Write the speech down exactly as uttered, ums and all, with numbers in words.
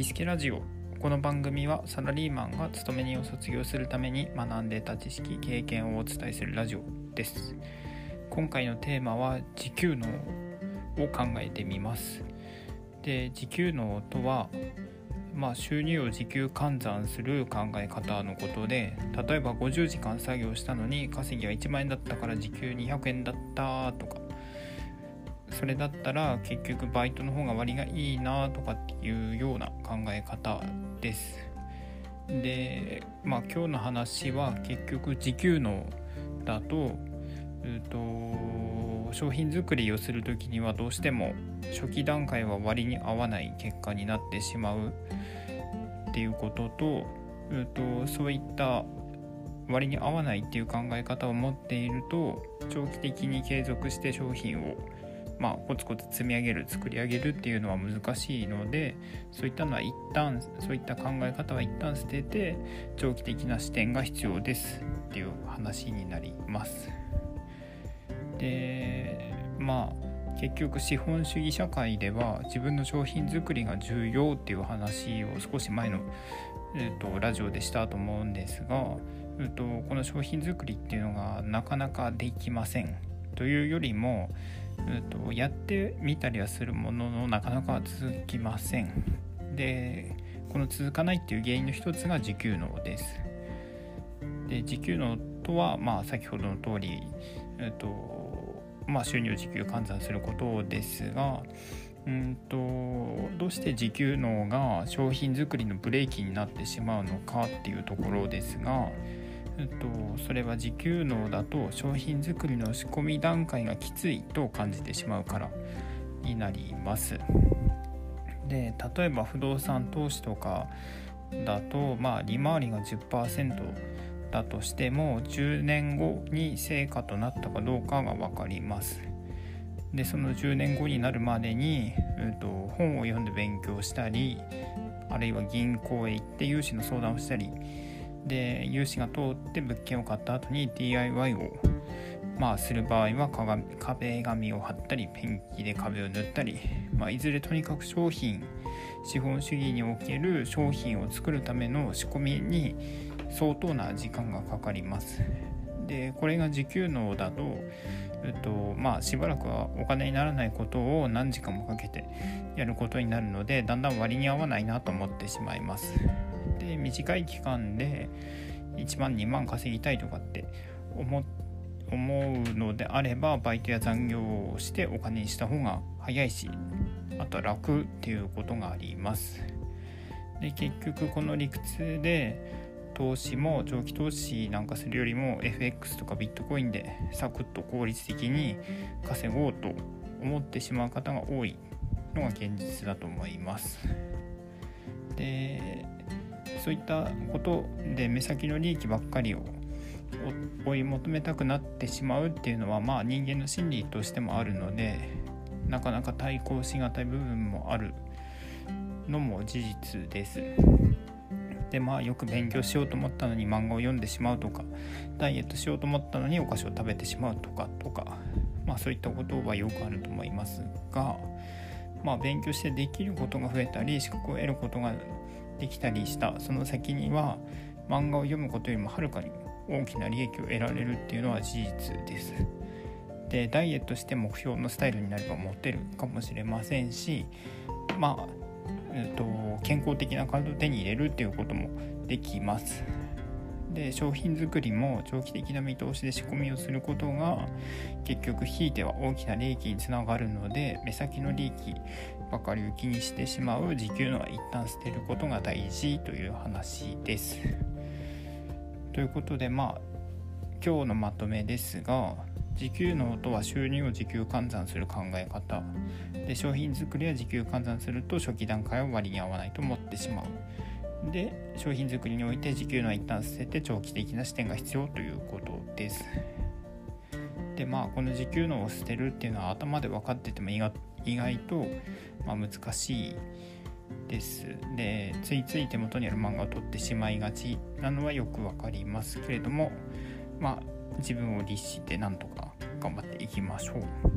スケラジオ。この番組はサラリーマンが勤め人を卒業するために学んで得た知識経験をお伝えするラジオです。今回のテーマは時給能を考えてみます。で時給能とは、まあ、収入を時給換算する考え方のことで、例えばごじゅうじかん作業したのに稼ぎはいちまんえんだったから時給にひゃくえんだったとか、それだったら結局バイトの方が割がいいなとかっていうような考え方です。で、まあ今日の話は結局時給能だと、うと商品作りをするときにはどうしても初期段階は割に合わない結果になってしまうっていうことと、うとそういった割に合わないっていう考え方を持っていると、長期的に継続して商品をまあ、コツコツ積み上げる作り上げるっていうのは難しいので、そういったのは一旦そういった考え方は一旦捨てて長期的な視点が必要ですっていう話になります。でまあ結局資本主義社会では自分の商品作りが重要っていう話を少し前の、えー、とラジオでしたと思うんですが、えー、とこの商品作りっていうのがなかなかできません。というよりもとやってみたりはするもののなかなか続きません。でこの続かないっていう原因の一つが時給能です。で時給能とは、まあ、先ほどの通り、えっとまあ、収入を時給換算することですが、うんとどうして時給能が商品作りのブレーキになってしまうのかっていうところですが、えっと、それは時給能だと商品作りの仕込み段階がきついと感じてしまうからになります。で例えば不動産投資とかだと、まあ、利回りが じゅっパーセント だとしてもじゅうねんごに成果となったかどうかが分かります。でそのじゅうねんごになるまでに、えっと、本を読んで勉強したり、あるいは銀行へ行って融資の相談をしたりで融資が通って物件を買った後に ディーアイワイ を、まあ、する場合は鏡壁紙を貼ったりペンキで壁を塗ったり、まあ、いずれとにかく商品資本主義における商品を作るための仕込みに相当な時間がかかります。でこれが時給能だと、えっとまあ、しばらくはお金にならないことを何時間もかけてやることになるので、だんだん割に合わないなと思ってしまいます。で短い期間でいちまんにまん稼ぎたいとかって思思うのであれば、バイトや残業をしてお金にした方が早いし、あとは楽っていうことがあります。で結局この理屈で投資も長期投資なんかするよりも エフエックス とかビットコインでサクッと効率的に稼ごうと思ってしまう方が多いのが現実だと思います。でそういったことで目先の利益ばっかりを追い求めたくなってしまうっていうのは、まあ人間の心理としてもあるので、なかなか対抗しがたい部分もあるのも事実です。でまあよく勉強しようと思ったのに漫画を読んでしまうとか、ダイエットしようと思ったのにお菓子を食べてしまうとかとか、まあそういったことはよくあると思いますが、まあ勉強してできることが増えたり資格を得ることができたりしたその先には、漫画を読むことよりもはるかに大きな利益を得られるっていうのは事実です。でダイエットして目標のスタイルになればモテるかもしれませんし、まあ、えーと、健康的な体を手に入れるっていうこともできます。で商品作りも長期的な見通しで仕込みをすることが結局ひいては大きな利益につながるので、目先の利益ばかりを気にしてしまう時給のは一旦捨てることが大事という話です。ということで、まあ今日のまとめですが、時給能とは収入を時給換算する考え方で、商品作りは時給換算すると初期段階は割に合わないと思ってしまう。で商品作りにおいて時給のは一旦捨てて長期的な視点が必要ということです。でまあこの時給能を捨てるっていうのは頭で分かってても意外意外と、まあ、難しいです。でついつい手元にある漫画を取ってしまいがちなのはよくわかりますけれども、まあ自分を律してなんとか頑張っていきましょう。